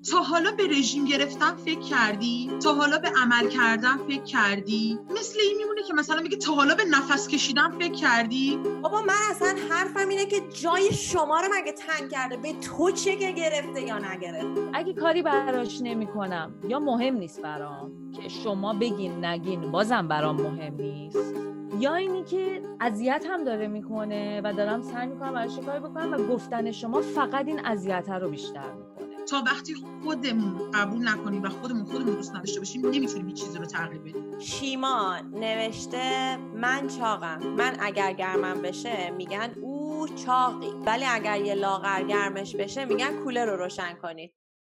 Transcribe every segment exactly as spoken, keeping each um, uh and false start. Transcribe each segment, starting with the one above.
تا حالا به رژیم گرفتن فکر کردی؟ تا حالا به عمل کردن فکر کردی؟ مثل این میمونه که مثلا میگه تا حالا به نفس کشیدن فکر کردی؟ بابا من اصلا حرفم اینه که جای شما رو مگه تنگ کرده؟ به تو چه که گرفته یا نگرفته؟ اگه کاری براش نمی کنم یا مهم نیست برام که شما بگین نگین بازم برام مهم نیست، یا اینی که اذیت هم داره میکنه و دارم سعی میکنم براش کاری بکنم و گفتن شما فقط این اذیت رو بیشتر میکنه. تا وقتی خودمون قبول نکنیم و خودمون خودمون دوست نداشته باشیم نمیتونیم هیچ چیزی رو تغییر بدیم. شیما نوشته من چاقم، من اگر گرمم بشه میگن او چاقی، ولی اگر یه لاغر گرمش بشه میگن کولر رو روشن کنید.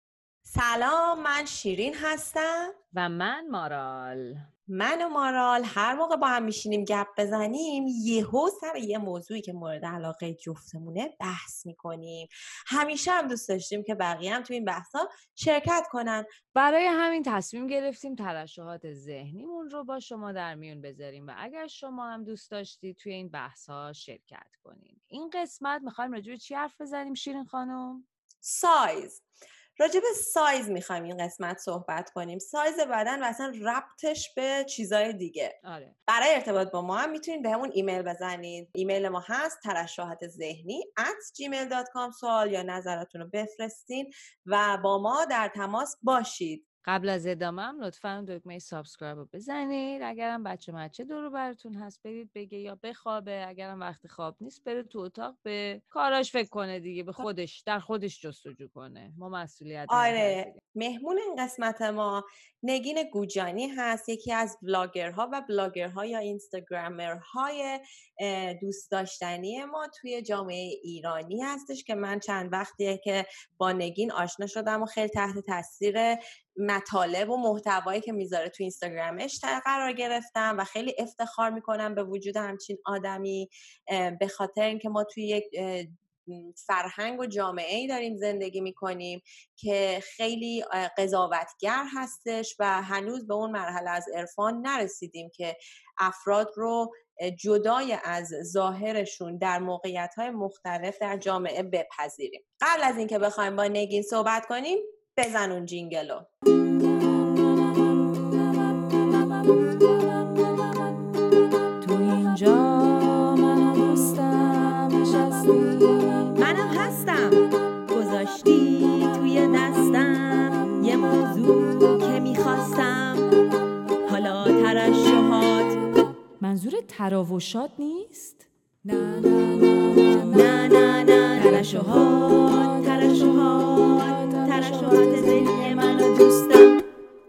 سلام، من شیرین هستم و من مارال. من و مارال هر موقع با هم میشینیم گپ بزنیم یهو سر یه موضوعی که مورد علاقه جفتمونه بحث میکنیم. همیشه هم دوست داشتیم که بقیه هم تو این بحثا شرکت کنن. برای همین تصمیم گرفتیم ترشحات ذهنیمون رو با شما در میون بذاریم و اگر شما هم دوست داشتید توی این بحثا شرکت کنین. این قسمت میخوایم راجع به چی حرف بزنیم شیرین خانم؟ سایز. راجع به سایز میخوایم این قسمت صحبت کنیم. سایز بدن و اصلا ربطش به چیزای دیگه. آره. برای ارتباط با ما هم میتونید به همون ایمیل بزنید. ایمیل ما هست ترشحات ذهنی ات جیمیل دات کام. سوال یا نظراتون رو بفرستین و با ما در تماس باشید. قبل از ادامه هم لطفاً دکمه سابسکرایب رو بزنید. اگرم بچه مچه دور براتون هست برید بگه یا بخوابه، اگرم وقت خواب نیست بره تو اتاق به کاراش فکر کنه دیگه، به خودش در خودش جستجو کنه. ما مسئولیت آره. مهمون این قسمت ما نگین گوجانی هست، یکی از بلاگرها و بلاگرها یا اینستاگرامرهای دوست داشتنی ما توی جامعه ایرانی هستش که من چند وقتیه که با نگین آشنا شدم و خیلی تحت تاثیر مطالب و محتوایی که میذاره تو اینستاگرامش قرار گرفتم و خیلی افتخار میکنم به وجود همچین آدمی، به خاطر اینکه ما توی یک فرهنگ و جامعه‌ای داریم زندگی میکنیم که خیلی قضاوتگر هستش و هنوز به اون مرحله از عرفان نرسیدیم که افراد رو جدای از ظاهرشون در موقعیت‌های مختلف در جامعه بپذیریم. قبل از اینکه بخوایم با نگین صحبت کنیم بزن اون جینگلو. تو اینجا منو دوستم نشستی، منم هستم گذاشتی توی دستم یه موضوع که میخواستم. حالا ترشحات. منظور تراوشات نیست؟ نه نه نه نه ترشحات ترشحات ترشحات ذهن منو دوستم.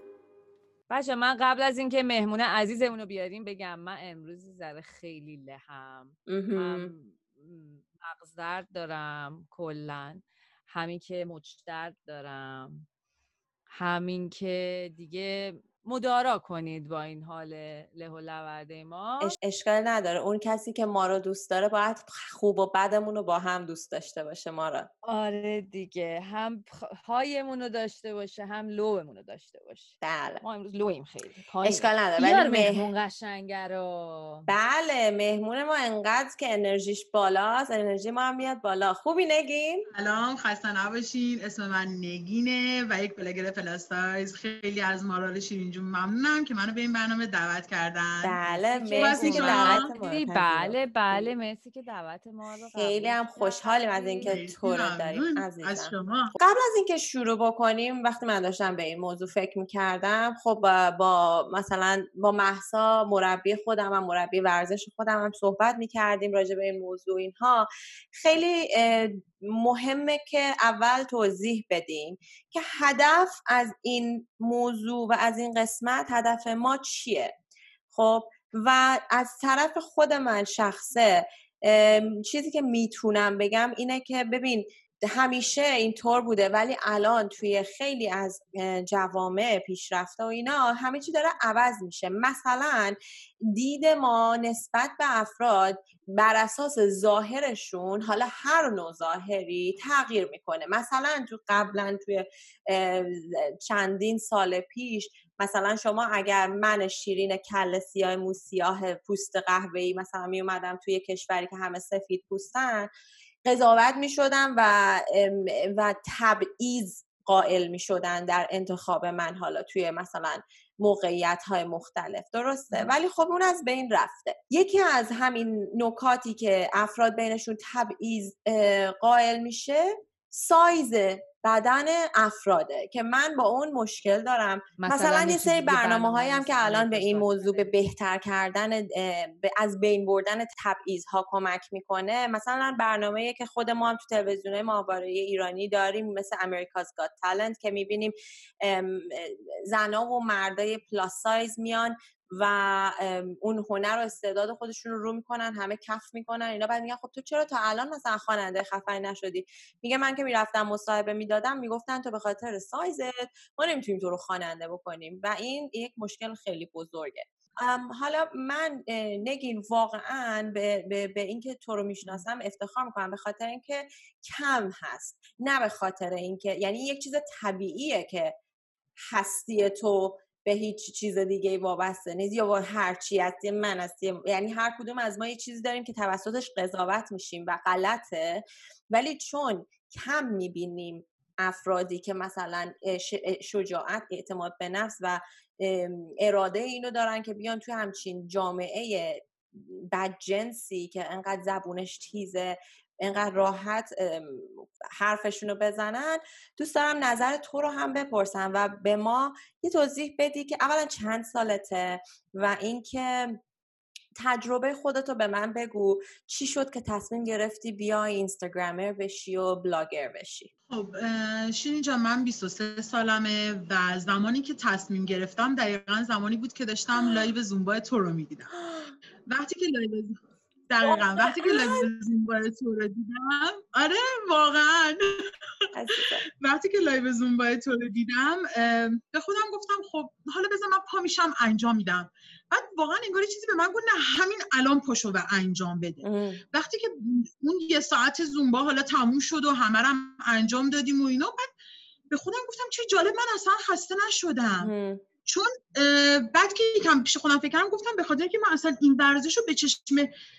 بچه من قبل از اینکه مهمون عزیزمون رو بیاریم بگم من امروز ذره خیلی لهم. من مغز درد دارم کلن، همین که مچ درد دارم، همین که دیگه مدارا کنید با این حال له و لورده ما. اش اشکال نداره، اون کسی که ما رو دوست داره باید خوب و بدمون رو با هم دوست داشته باشه ما رو. آره دیگه، هم هایمون رو داشته باشه هم لومون رو داشته باشه. بله. ما امروز لویم خیلی پایین. اشکال نداره بیار ولی مهمون قشنگه رو. بله مهمون ما انقدر که انرژیش بالاست، انرژی ما هم میاد بالا. خوبی نگین؟ سلام، خسته نباشین. اسم من نگینه و یک بلاگر پلاس سایز. خیلی از مارال شیرین جون ممنونم که منو به این برنامه دعوت کردن. بله مرسی که دعوت ما رو بله بله مرسی که دعوت ما رو خیلی هم خوشحالیم از اینکه تو رو داریم عزیزم. از شما. قبل از اینکه شروع بکنیم وقتی من داشتم به این موضوع فکر می‌کردم، خب با مثلا با مهسا مربی خودم هم مربی ورزش خودم هم صحبت می‌کردیم راجع به این موضوع. اینها خیلی مهمه که اول توضیح بدیم که هدف از این موضوع و از این قسمت هدف ما چیه. خب و از طرف خود من شخصه چیزی که میتونم بگم اینه که ببین همیشه اینطور بوده ولی الان توی خیلی از جوامع پیشرفته و اینا همه چی داره عوض میشه. مثلا دید ما نسبت به افراد بر اساس ظاهرشون، حالا هر نوع ظاهری، تغییر میکنه. مثلا تو قبلا توی چندین سال پیش مثلا شما اگر من شیرین کله سیاه مو سیاه پوست قهوه‌ای مثلا می اومدم توی کشوری که همه سفید پوستن قضاوت می شدم و و تبعیض قائل می شدن در انتخاب من حالا توی مثلا موقعیت های مختلف. درسته؟ ولی خب اون از بین رفته. یکی از همین نکاتی که افراد بینشون تبعیض قائل میشه سایز بدن افراده که من با اون مشکل دارم. مثلا, مثلا یه سری برنامه هایی هم که الان به این موضوع به بهتر کردن به از بین بردن تبعیض ها کمک میکنه. مثلا برنامه‌ای که خود ما هم تو تلویزیون ماهواره ایرانی داریم مثل امریکا's Got Talent که میبینیم زنا و مردای پلاس سایز میان و اون هنر و استعداد خودشون رو رو میکنن، همه کف میکنن اینا. بعد میگن خب تو چرا تا الان مثلا خواننده خفنی نشدی؟ میگه من که میرفتم مصاحبه میدادم میگفتن تو به خاطر سایزت ما نمیتونیم تو رو خواننده بکنیم و این یک مشکل خیلی بزرگه. حالا من نگین واقعا به, به, به اینکه تو رو میشناسم افتخار میکنم، به خاطر اینکه کم هست، نه به خاطر اینکه یعنی یک چیز طبیعیه که هستی تو به هیچ چیز دیگه وابسته نیست یا با هر چی هستی من هستی، یعنی هر کدوم از ما یه چیزی داریم که توسطش قضاوت میشیم و غلطه. ولی چون کم میبینیم افرادی که مثلا شجاعت، اعتماد به نفس و اراده اینو دارن که بیان توی همچین جامعه بدجنسی که انقدر زبونش تیزه اینقدر راحت حرفشونو بزنن، دوست دارم نظر تو رو هم بپرسم و به ما یه توضیح بدی که اولا چند سالته و اینکه تجربه خودتو به من بگو، چی شد که تصمیم گرفتی بیای اینستاگرامر بشی و بلاگر بشی؟ خب شیرین جان من بیست و سه سالمه و زمانی که تصمیم گرفتم دقیقاً زمانی بود که داشتم لایو زومبا تو رو میدیدم. وقتی که لایو دقیقاً وقتی که لایو زومبا تو رو دیدم، آره واقعاً وقتی که لایو زومبا تو رو دیدم به خودم گفتم خب حالا بذار من پا میشم انجام میدم. بعد واقعا انگار چیزی به من گفت نه همین الان پاشو و انجام بده. ام. وقتی که اون یه ساعت زومبا حالا تموم شد و همه رو انجام دادیم و اینا، بعد به خودم گفتم چه جالب من اصلا خسته نشدم. ام. چون بعد که یکم پیش خودم فکر کردم گفتم به خاطر که من اصلا این ورزش رو به چشم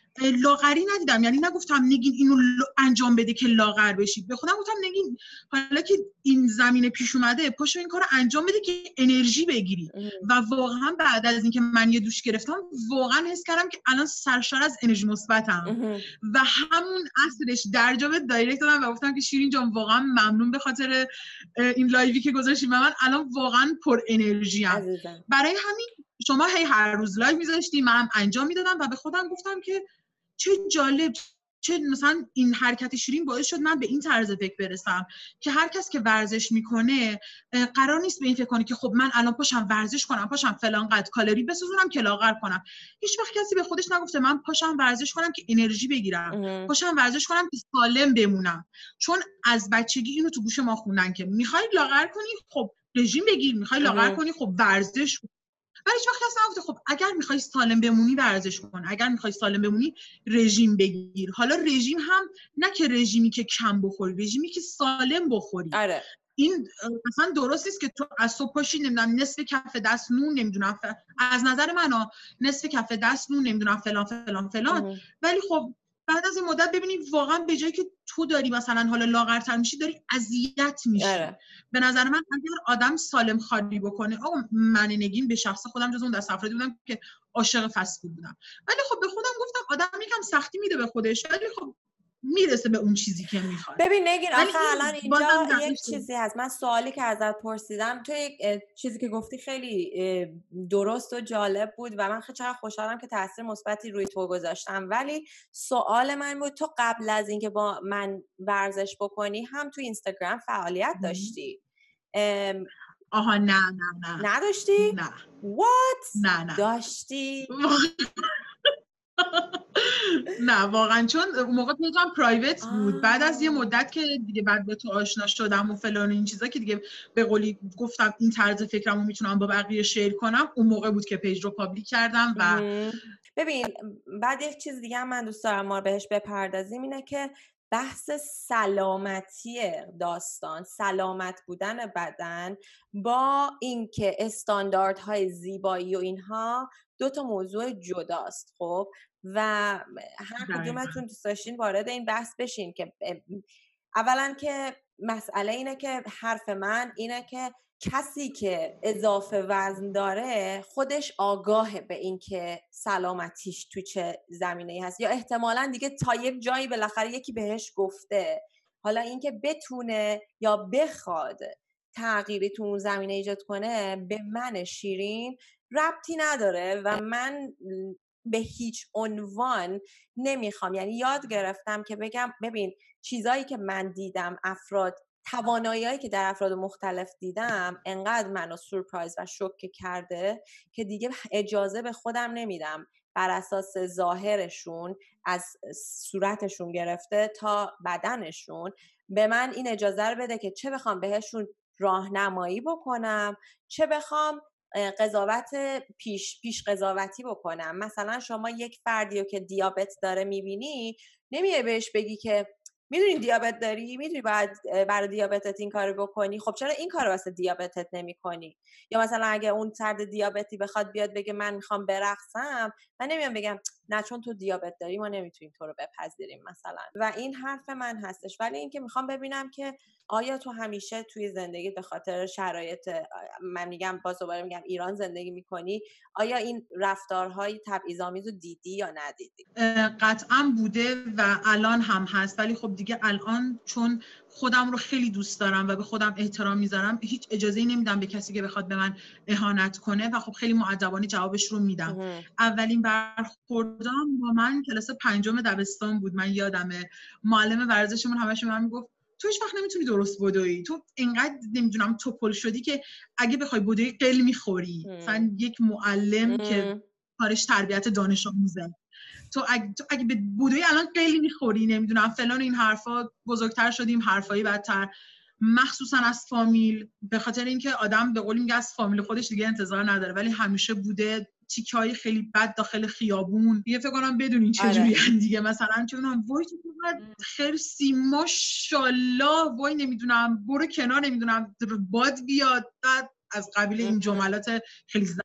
لاغری ندیدم، یعنی نگفتم نگین اینو انجام بده که لاغر بشی، به خودم گفتم نگین حالا که این زمینه پیش اومده پاشو این کارو انجام بده که انرژی بگیری. و واقعا بعد از اینکه من یه دوش گرفتم واقعا حس کردم که الان سرشار از انرژی مثبتم و همون اصلش در جا به دایرکت دادم و گفتم که شیرین جان واقعا ممنون به خاطر این لایوی که گذاشتی و من الان واقعا پر انرژی ام. برای همین شما هی هر روز لایو میذاشتی منم انجام میدادم و به خودم گفتم که چه جالب، چه مثلا این حرکت شیرین باعث شد من به این طرز فکر برسم که هر کس که ورزش میکنه قرار نیست به این فکر کنه که خب من الان پاشم ورزش کنم، پاشم فلان قد کالری بسوزونم که لاغر کنم. هیچ وقت کسی به خودش نگفته من پاشم ورزش کنم که انرژی بگیرم، پاشم ورزش کنم که سالم بمونم. چون از بچگی اینو تو گوش ما خوندن که میخوای لاغر کنی خب رژیم بگیر، میخوای لاغر کنی خب ورزش کن. ولی هیچ وقت کسی نگفته خب اگر میخوای سالم بمونی ورزش کن، اگر میخوای سالم بمونی رژیم بگیر. حالا رژیم هم نه که رژیمی که کم بخوری، رژیمی که سالم بخوری. آره. این مثلا درست نیست که تو از صبح پاشی نمیدونم نصف کف دست نون نمیدونم ف... از نظر من نصف کف دست نون نمیدونم فلان فلان فلان اه. ولی خب بعد از این مدت ببینی واقعا به جایی که تو داری مثلا حالا لاغرتر میشی داری اذیت میشی. اره. به نظر من اگر آدم سالم خاری بکنه، آقا من نگین به شخص خودم جز اون دست افرادی بودم که عاشق فست فود بودم، ولی خب به خودم گفتم آدم یکم سختی میده به خودش ولی خب میرسه به اون چیزی که میخواد. ببین نگین آخه الان اینجا یک چیزی هست، من سوالی که ازت پرسیدم تو یک چیزی که گفتی خیلی درست و جالب بود و من خیلی چقدر خوشحالم که تاثیر مثبتی روی تو گذاشتم. ولی سوال من بود تو قبل از اینکه با من ورزش بکنی هم تو اینستاگرام فعالیت داشتی؟ آها نه نه نه نداشتی؟ نه. What؟ نه نه داشتی؟ نه واقعا چون اون موقع پیجم پرایوت بود. بعد از یه مدت که دیگه بعد به تو آشنا شدم و فلان این چیزا که دیگه به قولی گفتم این طرز فکرمو میتونم با بقیه شیر کنم، اون موقع بود که پیج رو پابلیک کردم. و ببین بعد یک چیز دیگه هم من دوست دارم ما بهش بپردازیم اینه که بحث سلامتی داستان، سلامت بودن بدن با اینکه استانداردهای زیبایی و اینها دو تا موضوع جداست. خب و هر کدومتون دوست داشتین وارد این بحث بشین که اولا که مسئله اینه که حرف من اینه که کسی که اضافه وزن داره خودش آگاهه به این که سلامتیش تو چه زمینه‌ای هست، یا احتمالاً دیگه تا یک جایی بالاخره یکی بهش گفته. حالا اینکه بتونه یا بخواد تغییری تو اون زمینه ایجاد کنه به من شیرین ربطی نداره و من به هیچ عنوان نمیخوام، یعنی یاد گرفتم که بگم ببین چیزایی که من دیدم، افراد توانایی‌هایی که در افراد مختلف دیدم انقدر منو سورپرایز و شوکه کرده که دیگه اجازه به خودم نمیدم بر اساس ظاهرشون از صورتشون گرفته تا بدنشون به من این اجازه رو بده که چه بخوام بهشون راهنمایی بکنم چه بخوام قضاوت پیش پیش قضاوتی بکنم. مثلا شما یک فردی رو که دیابت داره میبینی نمیای بهش بگی که میدونی دیابت داری، میدونی باید برای دیابتت این کارو بکنی، خب چرا این کارو واسه دیابتت نمی‌کنی؟ یا مثلا اگه اون فرد دیابتی بخواد بیاد بگه من میخوام برقصم، من نمیام بگم نه چون تو دیابت داری ما نمیتونیم تو رو بپذیریم مثلا. و این حرف من هستش. ولی اینکه میخوام ببینم که آیا تو همیشه توی زندگی به خاطر شرایط، من میگم باز دوباره میگم ایران زندگی میکنی، آیا این رفتارهای تبعیض‌آمیز رو دیدی یا ندیدی؟ قطعا بوده و الان هم هست، ولی خب دیگه الان چون خودم رو خیلی دوست دارم و به خودم احترام میذارم هیچ اجازه‌ای نمیدم به کسی که بخواد به من اهانت کنه و خب خیلی مؤدبانه جوابش رو میدم. اه. اولین برخوردم با من کلاس پنجم دبستان بود. من یادمه معلم ورزشمون همش به من میگفت تو هیچ وقت نمیتونی درست بدوی، تو اینقدر نمیدونم توپل شدی که اگه بخوای بدوی قل میخوری. مثلا یک معلم ام. که کارش تربیت دانش آموزه، تو اگه, تو اگه به بدوی الان قل میخوری نمیدونم فلان این حرفا، بزرگتر شدیم حرفایی بدتر، مخصوصا از فامیل، به خاطر اینکه آدم به قول میگه از فامیل خودش دیگه انتظار نداره، ولی همیشه بوده تیکای خیلی بد داخل خیابون. دیگه فکر کنم بدونین چه جوری ان دیگه، مثلا چه میدونم وای تو خرسی ماشاءالله، وای نمیدونم برو کنار، نمیدونم باد بیاد، بعد از قبیل این جملات خیلی زد.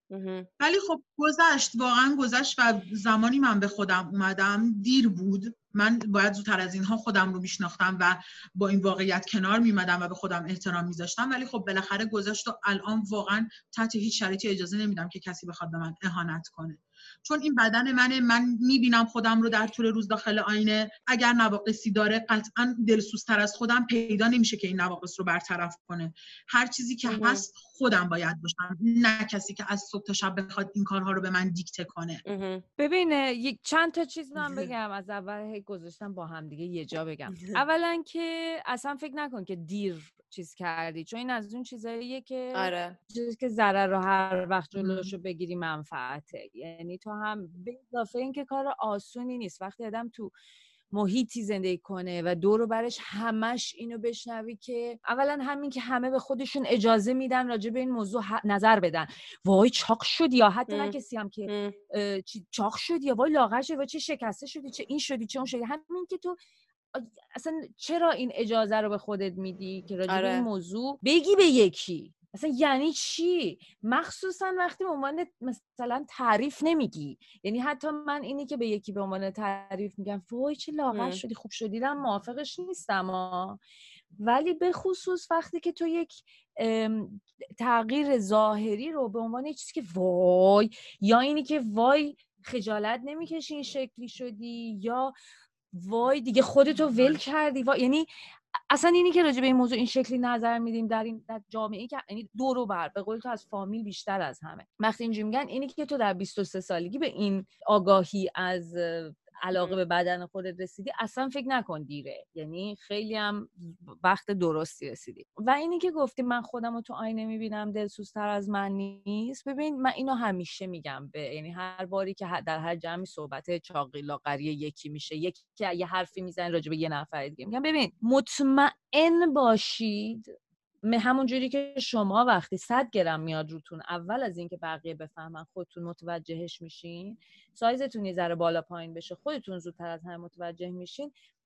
ولی خب گذشت، واقعا گذشت و زمانی من به خودم اومدم دیر بود. من باید زودتر از اینها خودم رو میشناختم و با این واقعیت کنار میمدم و به خودم احترام میذاشتم، ولی خب بالاخره گذشت و الان واقعا تحت هیچ شرایطی اجازه نمیدم که کسی بخواد به من اهانت کنه، چون این بدن منه. من میبینم خودم رو در طول روز داخل آینه، اگر نواقصی داره قطعا دلسوزتر از خودم پیدا نمیشه که این نواقص رو برطرف کنه. هر چیزی که اه. هست خودم باید باشم، نه کسی که از صبح تا شب بخواد این کارها رو به من دیکته کنه. ببین یک چند تا چیز من بگم، از اول هی گذاشتم با هم دیگه یه جا بگم. اولا که اصلا فکر نکن که دیر چیز کردی، چون این از اون چیزاییه که آره چیزی که ضرر رو هر وقت جلوشو بگیری منفعته. یعنی تو هم به اضافه این که کار آسونی نیست وقتی آدم تو محیطی زندگی کنه و دور و برش همش اینو بشنوی که اولا همین که همه به خودشون اجازه میدن راجع به این موضوع نظر بدن، وای چاق شدی، یا حتی نه کسی هم که چاق شدی، یا وای لاغر شدی، وای چه شکسته شدی، چه این شدی، چه اون شدی. همین که تو اصلا چرا این اجازه رو به خودت میدی که راجع به این موضوع بگی به یکی؟ اصلا یعنی چی؟ مخصوصا وقتی به عنوان مثلا تعریف نمیگی. یعنی حتی من اینی که به یکی به عنوان تعریف میگم وای چه لاغر شدی، خوب شدی، من موافقش نیستم ها. ولی به خصوص وقتی که تو یک تغییر ظاهری رو به عنوان چیزی که وای، یا اینی که وای خجالت نمیکشی این شکلی شدی، یا وای دیگه خودتو ول کردی، وای، یعنی اصلا اینی که راجع به این موضوع این شکلی نظر میدیم در این در جامعه‌ای که یعنی دور و بر به قول تو از فامیل بیشتر از همه، وقتی اینجوری میگن اینی که تو در بیست و سه سالگی به این آگاهی از علاقه به بدن خودت رسیدی، اصلا فکر نکن دیره، یعنی خیلی هم وقت درستی رسیدی. و اینی که گفتی من خودم رو تو آینه میبینم دلسوزتر از من نیست، ببین من اینو همیشه میگم، به یعنی هر باری که در هر جمعی صحبت چاقی لاغری یکی میشه، یکی که یه حرفی میزنه راجع به یه نفر دیگه، میگم ببین مطمئن باشید همون جوری که شما وقتی صد گرم میاد روتون، اول از اینکه بقیه بفهمن خودتون متوجهش میشین، سایزتون یه ذره بالا پایین بشه خودتون زودتر از همه متوجه میشین،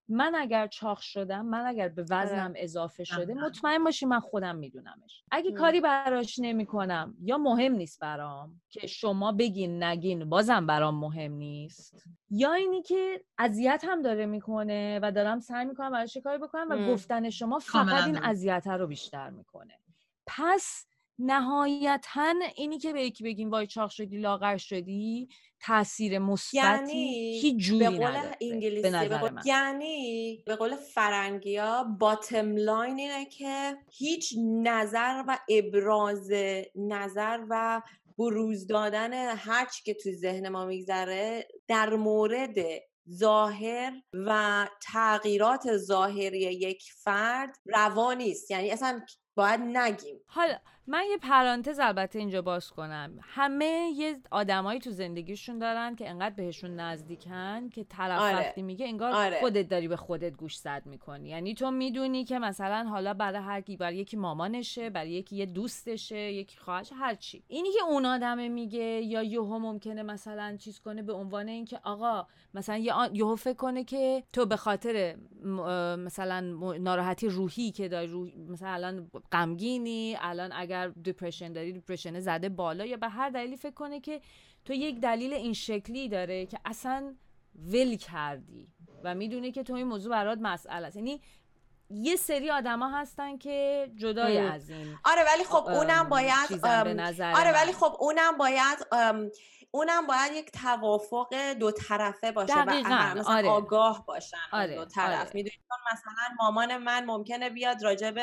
من اگر چاق شدم، من اگر به وزنم اضافه شده، مطمئن باشی من خودم میدونمش. اگه م. کاری براش نمی کنم یا مهم نیست برام که شما بگین نگین بازم برام مهم نیست، یا اینی که اذیت هم داره میکنه و دارم سعی میکنم براش کاری بکنم و م. گفتن شما فقط این اذیت رو بیشتر میکنه. پس نهایتاً اینی که به یکی بگیم وای چاق شدی لاغر شدی تاثیر مثبتی یعنی هیچ جوری به قول نداره انگلیسی، به نظر به قول... من. یعنی به قول فرنگیا باتم لاین اینه که هیچ نظر و ابراز نظر و بروز دادن هر چی که تو ذهن ما میگذره در مورد ظاهر و تغییرات ظاهری یک فرد روا نیست. یعنی اصلا باید نگیم. حالا من یه پرانتز البته اینجا باز کنم. همه یه آدمایی تو زندگیشون دارن که انقدر بهشون نزدیکن که طرف آره. وقتی میگه انگار آره. خودت داری به خودت گوش زد میکنی. یعنی تو میدونی که مثلا حالا برای هر کی، برای یکی مامانشه، برای یکی یه دوستشه، یکی خواهرش، هر چی. اینی که اون آدمه میگه یا یهو ممکنه مثلا چیز کنه به عنوان اینکه آقا مثلا یهو فکر کنه که تو به خاطر مثلا ناراحتی روحی که داری، روح مثلا الان غمگینی، الان اگر دیپرشن داری، دیپرشن زده بالا، یا به هر دلیلی فکر کنه که تو یک دلیل این شکلی داره که اصلا ول کردی و میدونه که تو این موضوع برات مسئله است. یعنی یه سری آدما هستن که جدای ام. از این آره ولی خب اونم باید آره ولی خب اونم باید اونم باید یک توافق دو طرفه باشه دقیقاً. و مثلا آره. آگاه باشن آره. دو طرف. آره. میدونید مثلا مامان من ممکنه بیاد راجب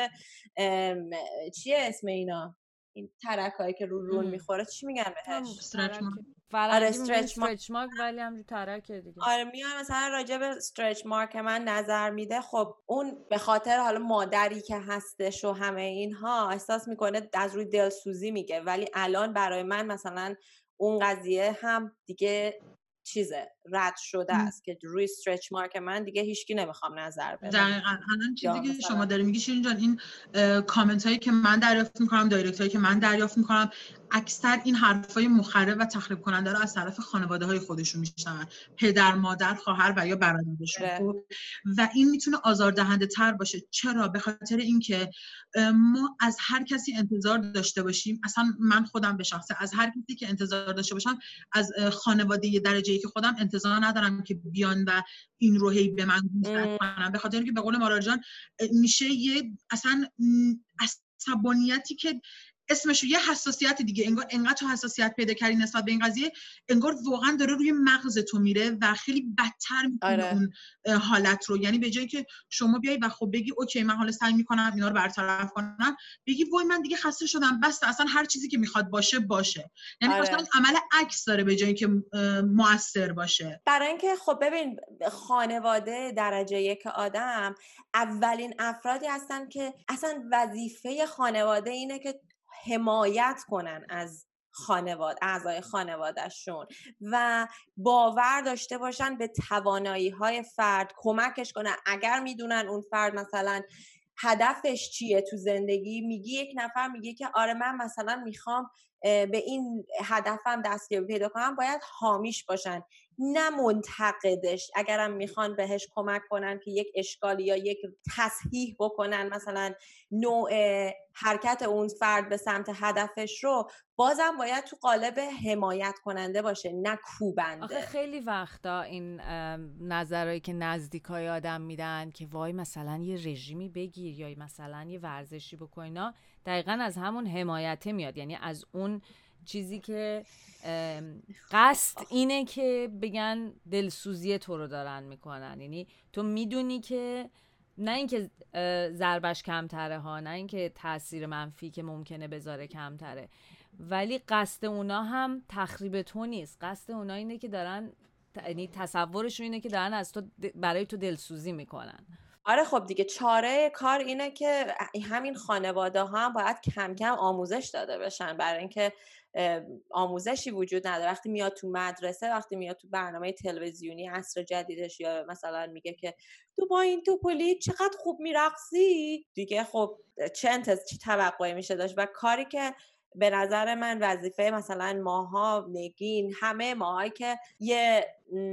چیه اسم اینا این ترکایی که رو رون میخوره چی میگن بهش؟ استرچ مارک. آره استرچ مارک ولی هم ترکه دیگه. آره میاد مثلا راجب استرچ مارک من نظر میده. خب اون به خاطر حالا مادری که هستش و همه اینها احساس میکنه از روی دلسوزی میگه، ولی الان برای من مثلا اون قضیه هم دیگه چیزه رد شده است که روی استرچ مارک من دیگه هیچکی نمیخوام نظر بده. دقیقاً الان چیزی که شما داری میگی شیرین جان، این کامنت هایی که من دریافت میکنم، دایرکت هایی که من دریافت میکنم، اکثر این حرفای مخرب و تخریب کننده رو از طرف خانواده های خودشون میشنون، پدر، مادر، خواهر و یا برادرشون. و این میتونه آزاردهنده تر باشه. چرا؟ به خاطر اینکه ما از هر کسی انتظار داشته باشیم، اصلا من خودم به شخصه از هر کسی که انتظار داشته باشم، از خانواده درجه‌ای که خودم انتظار ندارم که بیان و این رو هی به من گوش کنن، به خاطر اینکه به قول مارال جان میشه یه اصلا عصبانیتی که اسمش یه حساسیت دیگه، انگار انقدر تو حساسیت پیدا کردی نسبت به این قضیه، انگار واقعا داره روی مغز تو میره و خیلی بدتر میکنه آره. اون حالت رو. یعنی به جایی که شما بیای و خب بگی اوکی من حالا سعی میکنم اینا رو برطرف کنم، بگی وای من دیگه خسته شدم، بس اصلا هر چیزی که میخواد باشه باشه. یعنی آره. اصلا عمل عکس داره به جایی که موثر باشه. برای اینکه خب ببین خانواده درجه یک آدم اولین افرادی هستن که اصلا وظیفه خانواده اینه که حمایت کنن از خانواده، اعضای خانوادهشون و باور داشته باشن به توانایی‌های فرد، کمکش کنن. اگر میدونن اون فرد مثلا هدفش چیه تو زندگی، میگی یک نفر میگه که آره من مثلا میخوام به این هدفم دستیابی پیدا کنم، باید حامیش باشن نه منتقدش. اگرم میخوان بهش کمک کنن که یک اشکالی یا یک تصحیح بکنن مثلا نوع حرکت اون فرد به سمت هدفش رو، بازم باید تو قالب حمایت کننده باشه نه کوبنده. آخه خیلی وقتا این نظرهایی که نزدیکای آدم میدن که وای مثلا یه رژیمی بگیر یا مثلا یه ورزشی بکنینا، دقیقاً از همون حمایته میاد. یعنی از اون چیزی که قصد اینه که بگن دلسوزی تو رو دارن میکنن. یعنی تو میدونی که نه اینکه ضربش کمتره ها، نه اینکه تاثیر منفی که ممکنه بذاره کمتره، ولی قصد اونا هم تخریب تو نیست. قصد اونا اینه که دارن، یعنی تصورشون اینه که دارن از تو برای تو دلسوزی میکنن. آره خب دیگه چاره کار اینه که همین خانواده ها هم باید کم کم آموزش داده بشن، برای اینکه آموزشی وجود نداره. وقتی میاد تو مدرسه، وقتی میاد تو برنامه تلویزیونی عصر جدیدش، یا مثلا میگه که تو با این توپلی چقدر خوب میرقصی دیگه، خب چه انتظار چه توقعی میشه داشت؟ و کاری که به نظر من وظیفه مثلا ماها، نگین، همه ماهایی که یه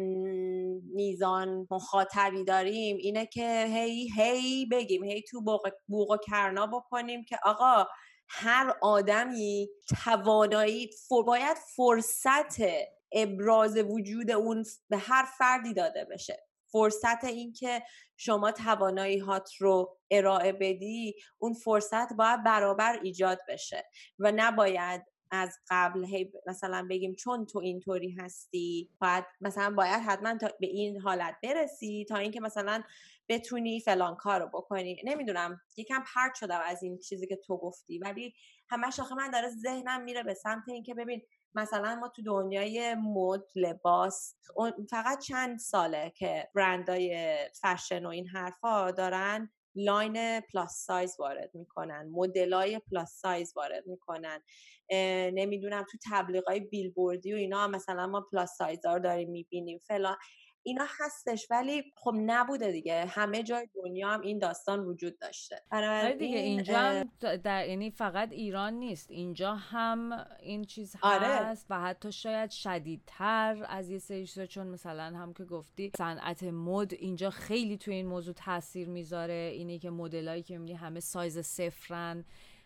میزان مخاطبی داریم اینه که هی هی بگیم، هی تو بوق, بوق و کرنا بکنیم که آقا هر آدمی توانایی فر... باید فرصت ابراز وجود اون به هر فردی داده بشه. فرصت این که شما توانایی هات رو ارائه بدی، اون فرصت باید برابر ایجاد بشه و نباید از قبل هی مثلا بگیم چون تو اینطوری هستی باید مثلا باید حتما تا به این حالت برسی تا اینکه مثلا بتونی فلان کارو بکنی. نمیدونم یکم پرت شدم از این چیزی که تو گفتی، ولی همش آخه من داره ذهنم میره به سمت این که ببین مثلا ما تو دنیای مد، لباس فقط چند ساله که برندهای فشن و این حرفا دارن لاین پلاس سایز وارد میکنن، مدلای پلاس سایز وارد میکنن. نمیدونم تو تبلیغای بیلبوردی و اینا مثلا ما پلاس سایزا رو داریم میبینیم فلان، اینا هستش ولی خب نبوده دیگه. همه جای دنیا هم این داستان وجود داشته. آره دیگه اینجا هم در یعنی فقط ایران نیست، اینجا هم این چیز آره. هست و حتی شاید شدیدتر از یه سری چیزا، چون مثلا هم که گفتی صنعت مد اینجا خیلی توی این موضوع تاثیر میذاره. اینه که مدلایی که میبینی همه سایز صفرن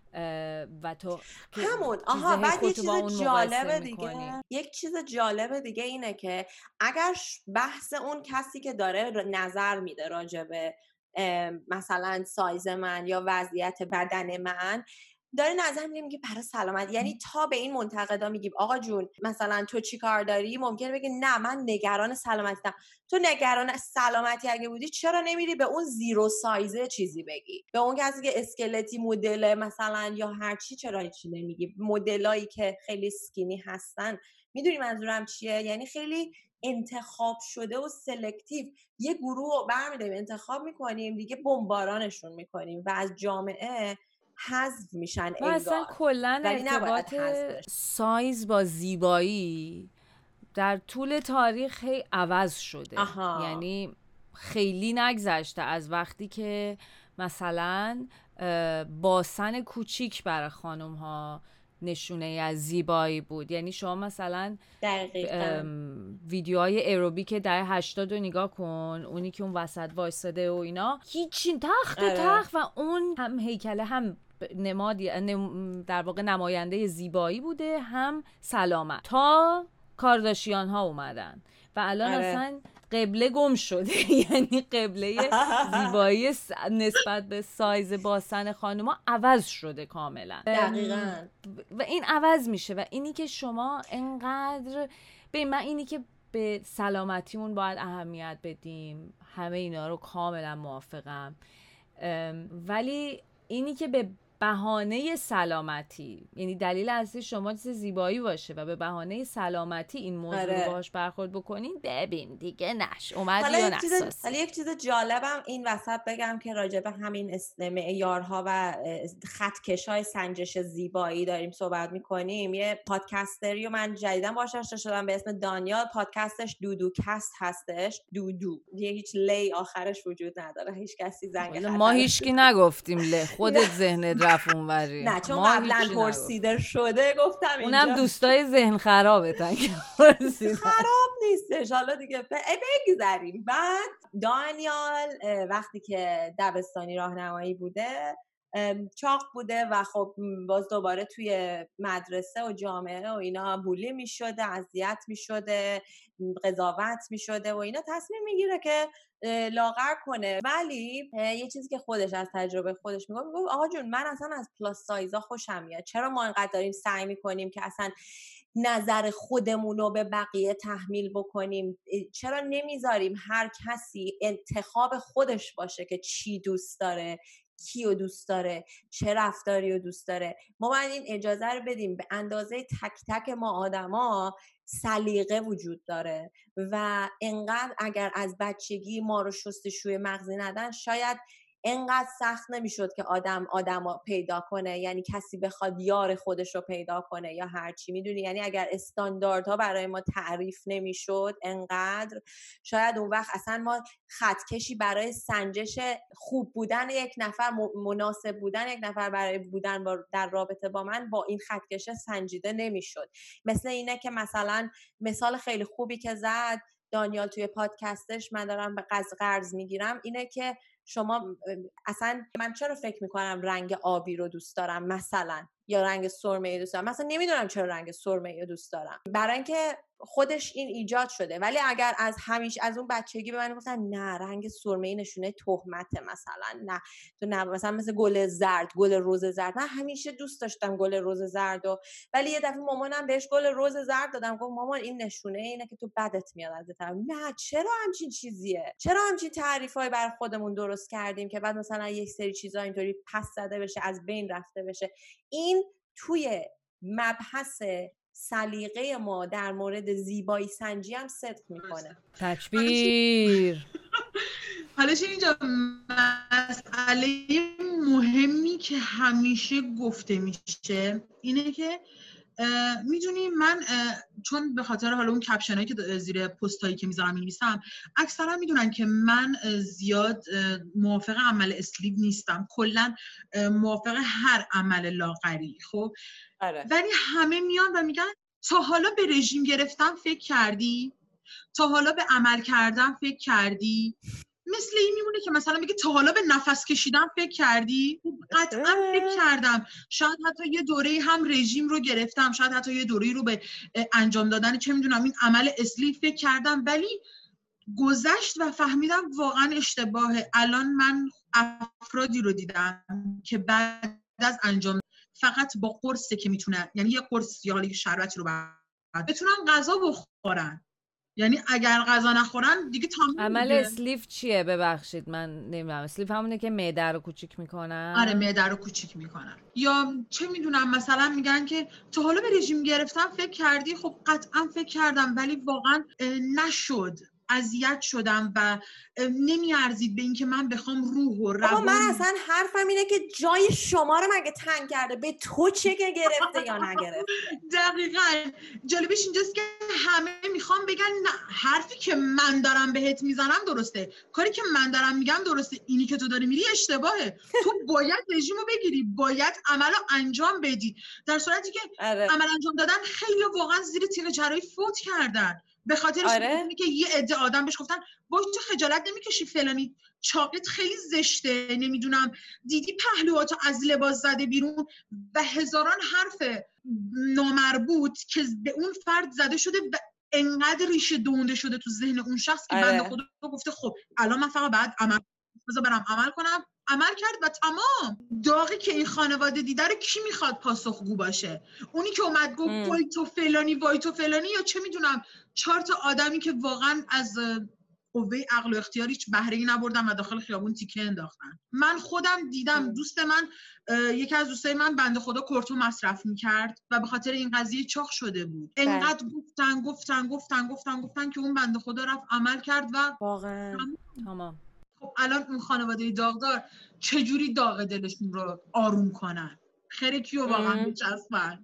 و تو همون آها بعد یه چیز جالب دیگه یک چیز جالب دیگه اینه که اگر بحث اون کسی که داره نظر میده راجبه مثلا سایز من یا وضعیت بدن من داره نظر میده میگه برای سلامت، یعنی تا به این منتقدا میگیم آقا جون مثلا تو چی کار داری، ممکنه بگی نه من نگران سلامتیام. تو نگران سلامتی اگه بودی چرا نمیری به اون زیرو سایزه چیزی بگی؟ به اون کسی که اسکلتی مدل مثلا یا هر چی چرا چی نمیگی؟ مدلایی که خیلی سکینی هستن، میدونی منظورم چیه؟ یعنی خیلی انتخاب شده و سلکتیو یه گروه برمی‌داریم انتخاب میکنیم دیگه، بمبارانشون میکنیم و از جامعه حذف میشن انگار. اصلا کلن ارتباط سایز با زیبایی در طول تاریخ هی عوض شده. آها. یعنی خیلی نگذشته از وقتی که مثلا باسن کوچیک برای خانم ها نشونه از زیبایی بود. یعنی شما مثلا ویدیوهای ایروبیک در هشتاد رو نگاه کن، اونی که اون وسط وایساده و اینا هیچی تخت و تخت و اون هم هیکله هم نمادی در واقع نماینده زیبایی بوده هم سلامت، تا کارداشیان ها اومدن و الان اره. اصلا قبله گم شده. یعنی قبله زیبایی نسبت به سایز باسن خانوما عوض شده کاملا. دقیقاً. و این عوض میشه و اینی که شما انقدر به من اینی که به سلامتیمون باید اهمیت بدیم، همه اینا رو کاملا موافقم، ولی اینی که به بهانه سلامتی، یعنی دلیل اصلی شما چیز زیبایی باشه و به بهانه سلامتی این موضوع رو باهاش برخورد بکنین، ببین دیگه نش اومدی یا نساسی. حالا یک چیز جالبم این وسط بگم که راجع به همین معیارها و خطکش‌های سنجش زیبایی داریم صحبت می‌کنیم. یه پادکستری رو من جدیداً باهاش آشنا شدم به اسم دانیال، پادکستش دودو کست هستش. دودو دیگه هیچ لی آخرش وجود نداره، هیچ کسی زنگ خطر ما هیچکی نگفتیم له، خودت ذهنت رفت اونوری. نه چون قبلا پرسیده شده گفتم اینجا. اونم دوستای ذهن خرابتن که پرسیدن. خراب نیستش، حالا دیگه بگذاریم. بعد دانیال وقتی که دبستانی راهنمایی بوده چاق بوده و خب باز دوباره توی مدرسه و جامعه و اینا بولی می شده، اذیت می شده، قضاوت می شده و اینا، تصمیم می گیره که لاغر کنه. ولی یه چیزی که خودش از تجربه خودش میگه، میگه آقا جون من اصلا از پلاس سایزا خوشم میاد، چرا ما اینقدر داریم سعی میکنیم که اصلا نظر خودمون رو به بقیه تحمیل بکنیم؟ چرا نمیذاریم هر کسی انتخاب خودش باشه که چی دوست داره، کیو دوست داره، چه رفتاری رو دوست داره؟ ما باید این اجازه رو بدیم. به اندازه تک تک ما آدما سلیقه وجود داره و انقدر اگر از بچگی ما رو شستشوی مغزی ندن، شاید انقدر سخت نمیشد که آدم آدم پیدا کنه، یعنی کسی بخواد یار خودش رو پیدا کنه یا هرچی، میدونی، یعنی اگر استانداردها برای ما تعریف نمیشد انقدر، شاید اون وقت اصلا ما خطکشی برای سنجش خوب بودن یک نفر، مناسب بودن یک نفر برای بودن در رابطه با من با این خطکش سنجیده نمیشد. مثل اینه که مثلا مثال خیلی خوبی که زد دانیال توی پادکستش، من دارم به قرض قرض میگیرم، اینه که شما اصلا من چرا فکر میکنم رنگ آبی رو دوست دارم مثلا، یا رنگ سرمه‌ای دوست دارم مثلا، نمیدونم چرا رنگ سرمه‌ای رو دوست دارم، برای اینکه خودش این ایجاد شده. ولی اگر از همیشه از اون بچگی به من گفتن نه رنگ سرمه‌ای نشونه تهمته مثلا، نه تو نه مثلا مثل گل زرد، گل رز زرد، من همیشه دوست داشتم گل رز زردو، ولی یه دفعه مامانم بهش گل رز زرد دادم، گفت مامان این نشونه اینه که تو بدت میاد از طرف. نه چرا همچین چیزیه، چرا همچین تعریفای برای خودمون درست کردیم که بعد مثلا یک سری چیزا اینطوری پس زده بشه، از بین رفته بشه. این توی مبحث سلیقه ما در مورد زیبایی سنجی هم صدق میکنه. تکبیر. حالا چه اینجا مسئله مهمی که همیشه گفته میشه اینه که میدونی من چون به خاطر حالا اون کپشنایی که زیر پستایی که میذارم می‌نویسم اکثرا میدونن که من زیاد موافق عمل اسلیو نیستم، کلا موافق هر عمل لاغری. خب آره. ولی همه میان و میگن تا حالا به رژیم گرفتن فکر کردی؟ تا حالا به عمل کردن فکر کردی؟ مثل این میمونه که مثلا میگه تا حالا به نفس کشیدن فکر کردی؟ قطعا فکر کردم، شاید حتی یه دوره هم رژیم رو گرفتم، شاید حتی یه دوره رو به انجام دادن چه میدونم این عمل اسلیو فکر کردم، ولی گذشت و فهمیدم واقعا اشتباهه. الان من افرادی رو دیدم که بعد از انجام فقط با قرصه که میتونه، یعنی یه قرص یا حالا شربتی رو بعد بتونن غذا بخورن، یعنی اگر غذا نخورن دیگه تمام. عمل اسلیو چیه؟ ببخشید من نمیدونم. اسلیو همونه که معده رو کوچیک میکنن؟ آره معده رو کوچیک میکنن. یا چه میدونم مثلا میگن که تا حالا به رژیم گرفتن فکر کردی؟ خب قطعا فکر کردم ولی واقعا نشد، اذیت شدم و نمیارزید به این که من بخوام روح و روان. من اصلا حرفم اینه که جای شما رو مگه تنگ کرده؟ به تو چه که گرفته یا نگرفته؟ دقیقاً جالبش اینجاست که همه میخوام بگن نه حرفی که من دارم بهت میزنم درسته، کاری که من دارم میگم درسته، اینی که تو داری میری اشتباهه، تو باید رژیمو بگیری، باید عملو انجام بدی. در صورتی که آره. عمل انجام دادن خیلی واقعا زیر تیغ جراحی فوت کردن به خاطرش. آره. که یه عده آدم بهش گفتن وای تو خجالت نمیکشی فلانی چاقت خیلی زشته، نمیدونم دیدی پهلوهاتو از لباس زده بیرون و هزاران حرف نامربوط که به اون فرد زده شده و انقدر ریشه دونده شده تو ذهن اون شخص که بنده خدا گفته خب الان من فقط بعد عمل بذار برم عمل کنم، عمل کرد و تمام. داغی که این خانواده دیده رو کی میخواد پاسخگو باشه؟ اونی که اومد گفت وای تو فلانی وای تو فلانی، یا چه میدونم چهار تا آدمی که واقعا از قوه عقل و اختیار هیچ بهره‌ای نبردن و داخل خیابون تیکه انداختن. من خودم دیدم دوست من، یکی از دوستای من بنده خدا کورتو مصرف میکرد و به خاطر این قضیه چاق شده بود. انقدر گفتن گفتن گفتن گفتن گفتن که اون بنده خدا رفت عمل کرد و واقعا تمام. خب الان اون خانواده داغدار چجوری داغ دلشون رو آروم کنن؟ خیره کیو واقعا بچسبن؟